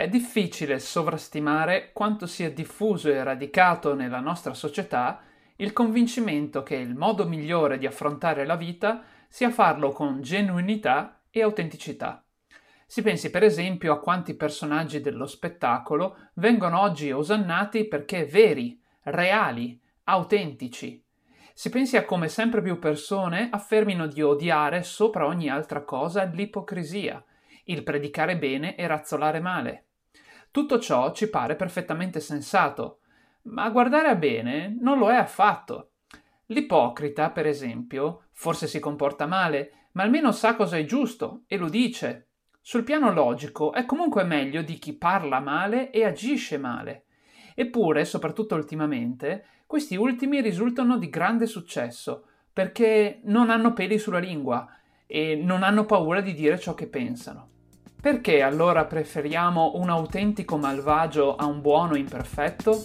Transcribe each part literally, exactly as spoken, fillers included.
È difficile sovrastimare quanto sia diffuso e radicato nella nostra società il convincimento che il modo migliore di affrontare la vita sia farlo con genuinità e autenticità. Si pensi per esempio a quanti personaggi dello spettacolo vengono oggi osannati perché veri, reali, autentici. Si pensi a come sempre più persone affermino di odiare sopra ogni altra cosa l'ipocrisia, il predicare bene e razzolare male. Tutto ciò ci pare perfettamente sensato, ma a guardare a bene non lo è affatto. L'ipocrita, per esempio, forse si comporta male, ma almeno sa cosa è giusto e lo dice. Sul piano logico è comunque meglio di chi parla male e agisce male. Eppure, soprattutto ultimamente, questi ultimi risultano di grande successo, perché non hanno peli sulla lingua e non hanno paura di dire ciò che pensano. Perché allora preferiamo un autentico malvagio a un buono imperfetto?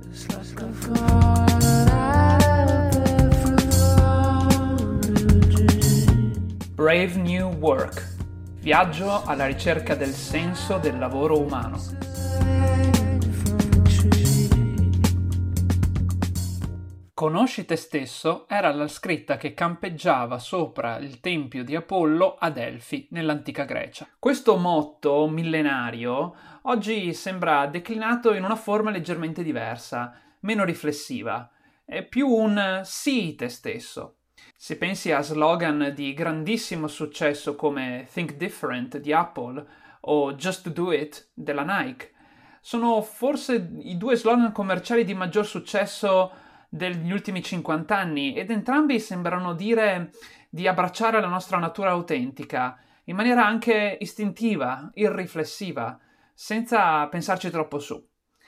Brave New Work. Viaggio alla ricerca del senso del lavoro umano. Conosci te stesso era la scritta che campeggiava sopra il tempio di Apollo a Delfi, nell'antica Grecia. Questo motto millenario oggi sembra declinato in una forma leggermente diversa, meno riflessiva. È più un sii te stesso. Se pensi a slogan di grandissimo successo come Think Different di Apple o Just Do It della Nike, sono forse i due slogan commerciali di maggior successo degli ultimi cinquanta anni ed entrambi sembrano dire di abbracciare la nostra natura autentica in maniera anche istintiva, irriflessiva, senza pensarci troppo su.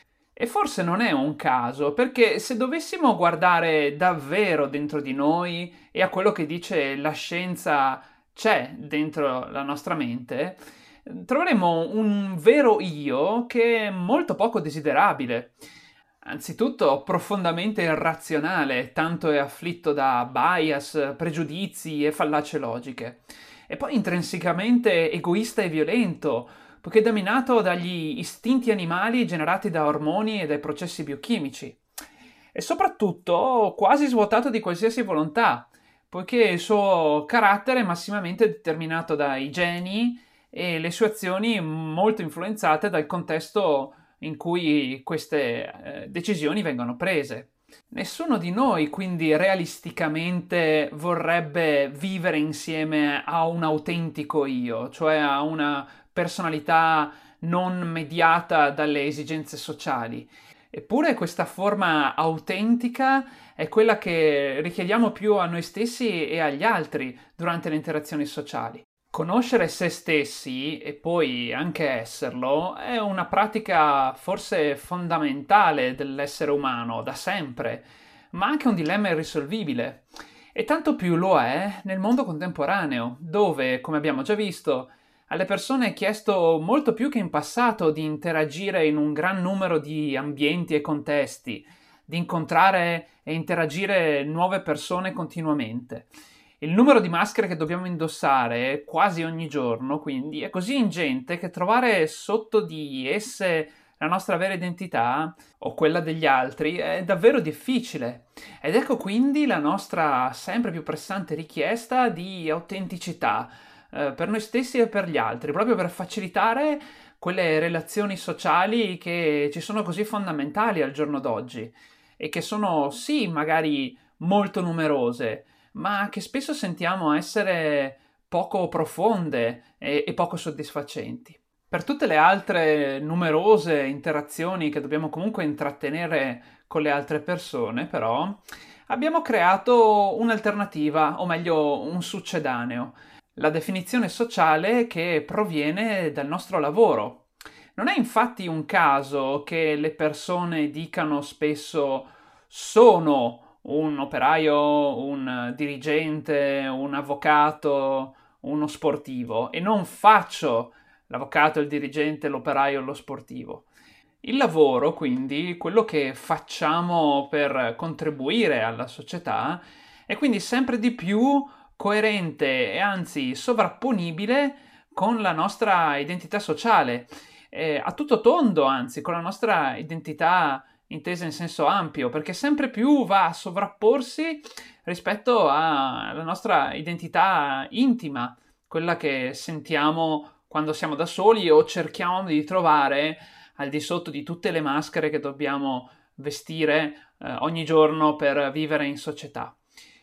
E forse non è un caso, perché se dovessimo guardare davvero dentro di noi e a quello che dice la scienza c'è dentro la nostra mente, troveremo un vero io che è molto poco desiderabile. Anzitutto profondamente irrazionale, tanto è afflitto da bias, pregiudizi e fallacie logiche. E poi intrinsecamente egoista e violento, poiché dominato dagli istinti animali generati da ormoni e dai processi biochimici. E soprattutto quasi svuotato di qualsiasi volontà, poiché il suo carattere è massimamente determinato dai geni e le sue azioni molto influenzate dal contesto in cui queste eh, decisioni vengono prese. Nessuno di noi quindi realisticamente vorrebbe vivere insieme a un autentico io, cioè a una personalità non mediata dalle esigenze sociali. Eppure questa forma autentica è quella che richiediamo più a noi stessi e agli altri durante le interazioni sociali. Conoscere se stessi e poi anche esserlo è una pratica forse fondamentale dell'essere umano da sempre, ma anche un dilemma irrisolvibile. E tanto più lo è nel mondo contemporaneo, dove, come abbiamo già visto, alle persone è chiesto molto più che in passato di interagire in un gran numero di ambienti e contesti, di incontrare e interagire nuove persone continuamente. Il numero di maschere che dobbiamo indossare quasi ogni giorno, quindi, è così ingente che trovare sotto di esse la nostra vera identità o quella degli altri è davvero difficile. Ed ecco quindi la nostra sempre più pressante richiesta di autenticità eh, per noi stessi e per gli altri, proprio per facilitare quelle relazioni sociali che ci sono così fondamentali al giorno d'oggi e che sono sì magari molto numerose, ma che spesso sentiamo essere poco profonde e, e poco soddisfacenti. Per tutte le altre numerose interazioni che dobbiamo comunque intrattenere con le altre persone, però, abbiamo creato un'alternativa, o meglio un succedaneo, la definizione sociale che proviene dal nostro lavoro. Non è infatti un caso che le persone dicano spesso sono un operaio, un dirigente, un avvocato, uno sportivo e non faccio l'avvocato, il dirigente, l'operaio, lo sportivo. Il lavoro, quindi, quello che facciamo per contribuire alla società, è quindi sempre di più coerente e anzi sovrapponibile con la nostra identità sociale eh, a tutto tondo, anzi, con la nostra identità intesa in senso ampio, perché sempre più va a sovrapporsi rispetto alla nostra identità intima, quella che sentiamo quando siamo da soli o cerchiamo di trovare al di sotto di tutte le maschere che dobbiamo vestire eh, ogni giorno per vivere in società.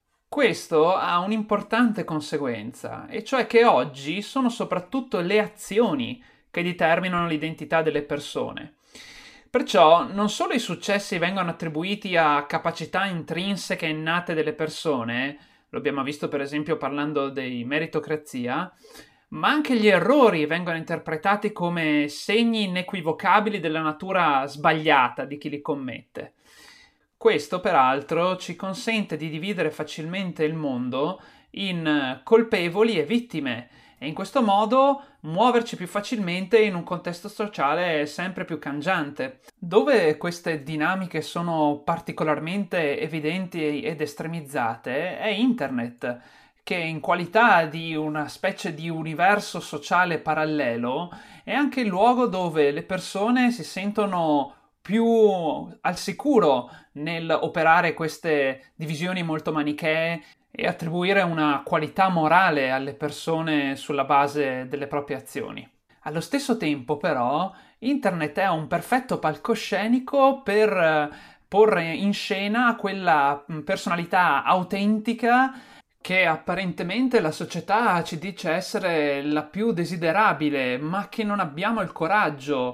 Questo ha un'importante conseguenza, e cioè che oggi sono soprattutto le azioni che determinano l'identità delle persone. Perciò non solo i successi vengono attribuiti a capacità intrinseche e innate delle persone, lo abbiamo visto per esempio parlando di meritocrazia, ma anche gli errori vengono interpretati come segni inequivocabili della natura sbagliata di chi li commette. Questo, peraltro, ci consente di dividere facilmente il mondo in colpevoli e vittime e in questo modo muoverci più facilmente in un contesto sociale sempre più cangiante, dove queste dinamiche sono particolarmente evidenti ed estremizzate è Internet, che in qualità di una specie di universo sociale parallelo è anche il luogo dove le persone si sentono più al sicuro nel operare queste divisioni molto manichee e attribuire una qualità morale alle persone sulla base delle proprie azioni. Allo stesso tempo, però, Internet è un perfetto palcoscenico per porre in scena quella personalità autentica che apparentemente la società ci dice essere la più desiderabile, ma che non abbiamo il coraggio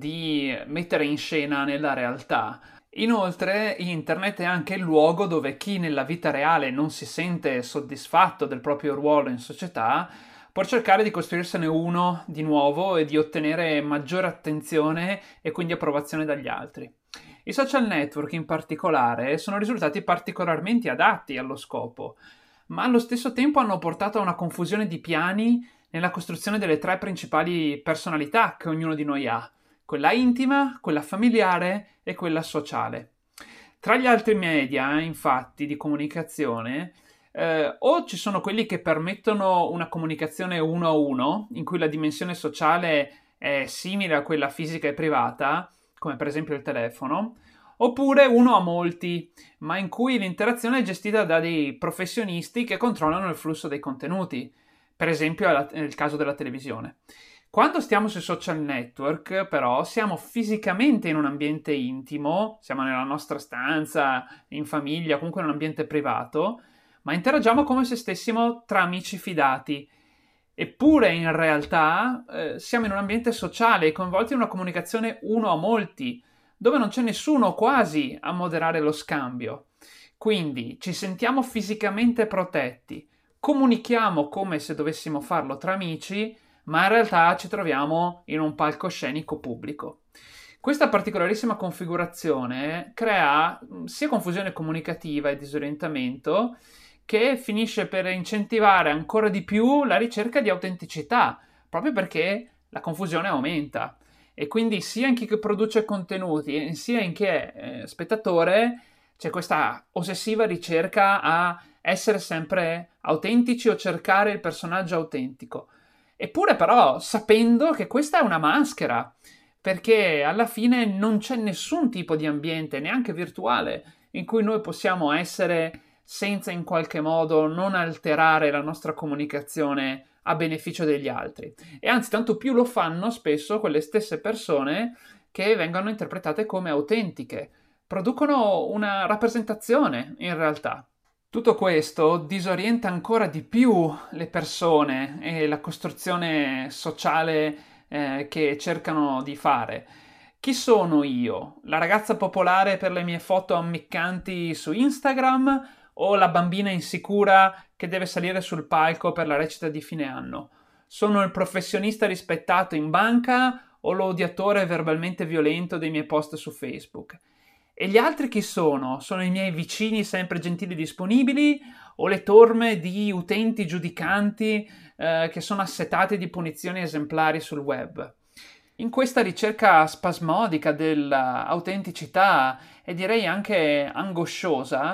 di mettere in scena nella realtà. Inoltre, Internet è anche il luogo dove chi nella vita reale non si sente soddisfatto del proprio ruolo in società può cercare di costruirsene uno di nuovo e di ottenere maggiore attenzione e quindi approvazione dagli altri. I social network in particolare sono risultati particolarmente adatti allo scopo, ma allo stesso tempo hanno portato a una confusione di piani nella costruzione delle tre principali personalità che ognuno di noi ha: quella intima, quella familiare e quella sociale. Tra gli altri media, infatti, di comunicazione, eh, o ci sono quelli che permettono una comunicazione uno a uno, in cui la dimensione sociale è simile a quella fisica e privata, come per esempio il telefono, oppure uno a molti, ma in cui l'interazione è gestita da dei professionisti che controllano il flusso dei contenuti, per esempio nel caso della televisione. Quando stiamo sui social network, però, siamo fisicamente in un ambiente intimo, siamo nella nostra stanza, in famiglia, comunque in un ambiente privato, ma interagiamo come se stessimo tra amici fidati. Eppure, in realtà, eh, siamo in un ambiente sociale, coinvolti in una comunicazione uno a molti, dove non c'è nessuno quasi a moderare lo scambio. Quindi ci sentiamo fisicamente protetti, comunichiamo come se dovessimo farlo tra amici, ma in realtà ci troviamo in un palcoscenico pubblico. Questa particolarissima configurazione crea sia confusione comunicativa e disorientamento, che finisce per incentivare ancora di più la ricerca di autenticità, proprio perché la confusione aumenta. E quindi sia in chi produce contenuti, sia in chi è eh, spettatore, c'è questa ossessiva ricerca a essere sempre autentici o cercare il personaggio autentico. Eppure però sapendo che questa è una maschera, perché alla fine non c'è nessun tipo di ambiente, neanche virtuale, in cui noi possiamo essere senza in qualche modo non alterare la nostra comunicazione a beneficio degli altri. E anzi, tanto più lo fanno spesso quelle stesse persone che vengono interpretate come autentiche, producono una rappresentazione in realtà. Tutto questo disorienta ancora di più le persone e la costruzione sociale eh, che cercano di fare. Chi sono io? La ragazza popolare per le mie foto ammiccanti su Instagram o la bambina insicura che deve salire sul palco per la recita di fine anno? Sono il professionista rispettato in banca o l'odiatore verbalmente violento dei miei post su Facebook? E gli altri chi sono? Sono i miei vicini sempre gentili e disponibili o le torme di utenti giudicanti eh, che sono assetati di punizioni esemplari sul web? In questa ricerca spasmodica dell'autenticità e direi anche angosciosa,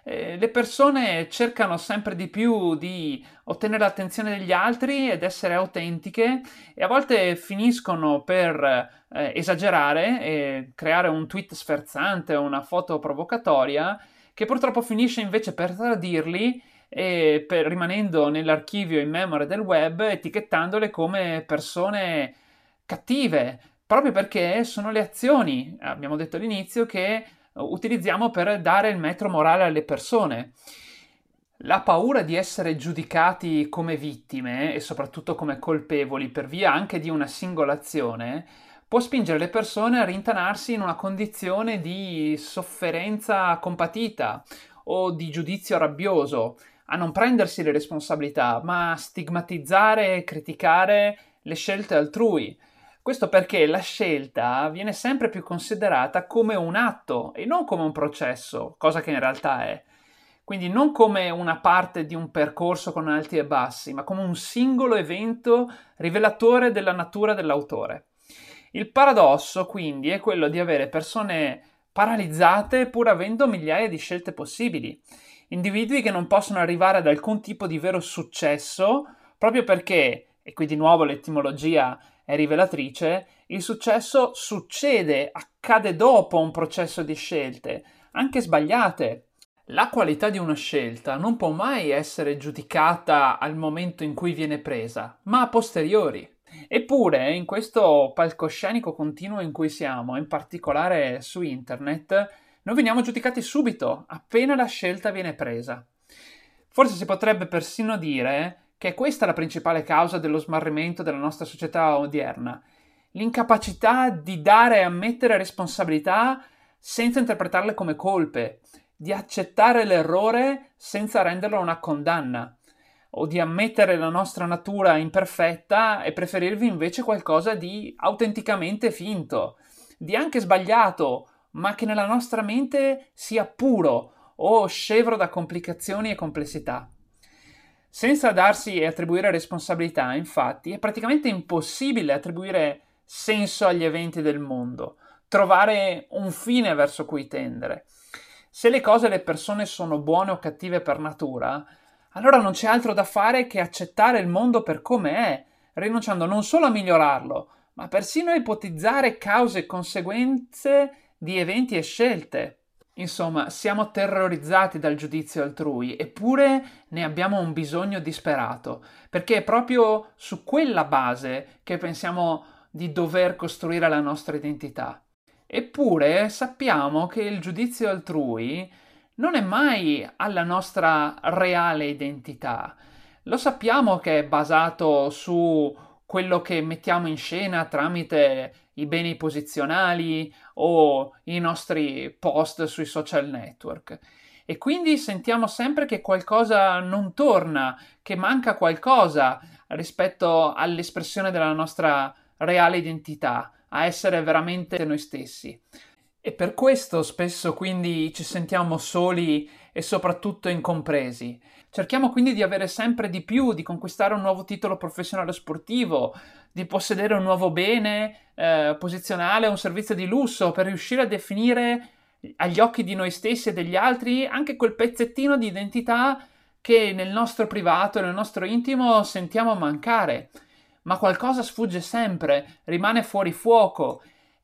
Eh, le persone cercano sempre di più di ottenere l'attenzione degli altri ed essere autentiche e a volte finiscono per eh, esagerare e creare un tweet sferzante o una foto provocatoria che purtroppo finisce invece per tradirli e per, rimanendo nell'archivio in memoria del web, etichettandole come persone cattive, proprio perché sono le azioni, abbiamo detto all'inizio, che utilizziamo per dare il metro morale alle persone. La paura di essere giudicati come vittime e soprattutto come colpevoli per via anche di una singola azione può spingere le persone a rintanarsi in una condizione di sofferenza compatita o di giudizio rabbioso, a non prendersi le responsabilità, ma a stigmatizzare e criticare le scelte altrui. Questo perché la scelta viene sempre più considerata come un atto e non come un processo, cosa che in realtà è. Quindi non come una parte di un percorso con alti e bassi, ma come un singolo evento rivelatore della natura dell'autore. Il paradosso, quindi, è quello di avere persone paralizzate pur avendo migliaia di scelte possibili. Individui che non possono arrivare ad alcun tipo di vero successo proprio perché, e qui di nuovo l'etimologia è rivelatrice, il successo succede, accade dopo un processo di scelte, anche sbagliate. La qualità di una scelta non può mai essere giudicata al momento in cui viene presa, ma a posteriori. Eppure, in questo palcoscenico continuo in cui siamo, in particolare su internet, noi veniamo giudicati subito, appena la scelta viene presa. Forse si potrebbe persino dire che è questa la principale causa dello smarrimento della nostra società odierna, l'incapacità di dare e ammettere responsabilità senza interpretarle come colpe, di accettare l'errore senza renderlo una condanna, o di ammettere la nostra natura imperfetta e preferirvi invece qualcosa di autenticamente finto, di anche sbagliato, ma che nella nostra mente sia puro o scevro da complicazioni e complessità. Senza darsi e attribuire responsabilità, infatti, è praticamente impossibile attribuire senso agli eventi del mondo, trovare un fine verso cui tendere. Se le cose e le persone sono buone o cattive per natura, allora non c'è altro da fare che accettare il mondo per come è, rinunciando non solo a migliorarlo, ma persino a ipotizzare cause e conseguenze di eventi e scelte. Insomma, siamo terrorizzati dal giudizio altrui, eppure ne abbiamo un bisogno disperato, perché è proprio su quella base che pensiamo di dover costruire la nostra identità. Eppure sappiamo che il giudizio altrui non è mai alla nostra reale identità. Lo sappiamo che è basato su quello che mettiamo in scena tramite i beni posizionali o i nostri post sui social network. E quindi sentiamo sempre che qualcosa non torna, che manca qualcosa rispetto all'espressione della nostra reale identità, a essere veramente noi stessi. E per questo spesso quindi ci sentiamo soli e soprattutto incompresi. Cerchiamo quindi di avere sempre di più, di conquistare un nuovo titolo professionale sportivo, di possedere un nuovo bene eh, posizionale, un servizio di lusso per riuscire a definire agli occhi di noi stessi e degli altri anche quel pezzettino di identità che nel nostro privato e nel nostro intimo sentiamo mancare. Ma qualcosa sfugge sempre, rimane fuori fuoco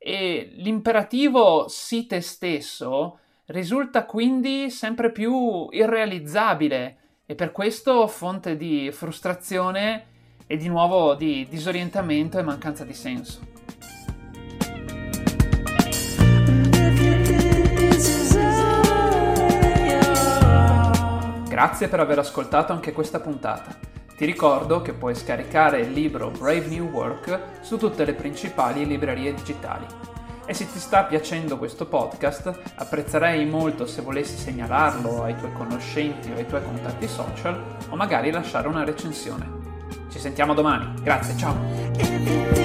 e l'imperativo sii te stesso risulta quindi sempre più irrealizzabile e per questo fonte di frustrazione e di nuovo di disorientamento e mancanza di senso. Grazie per aver ascoltato anche questa puntata. Ti ricordo che puoi scaricare il libro Brave New Work su tutte le principali librerie digitali. E se ti sta piacendo questo podcast, apprezzerei molto se volessi segnalarlo ai tuoi conoscenti o ai tuoi contatti social o magari lasciare una recensione. Ci sentiamo domani. Grazie, ciao!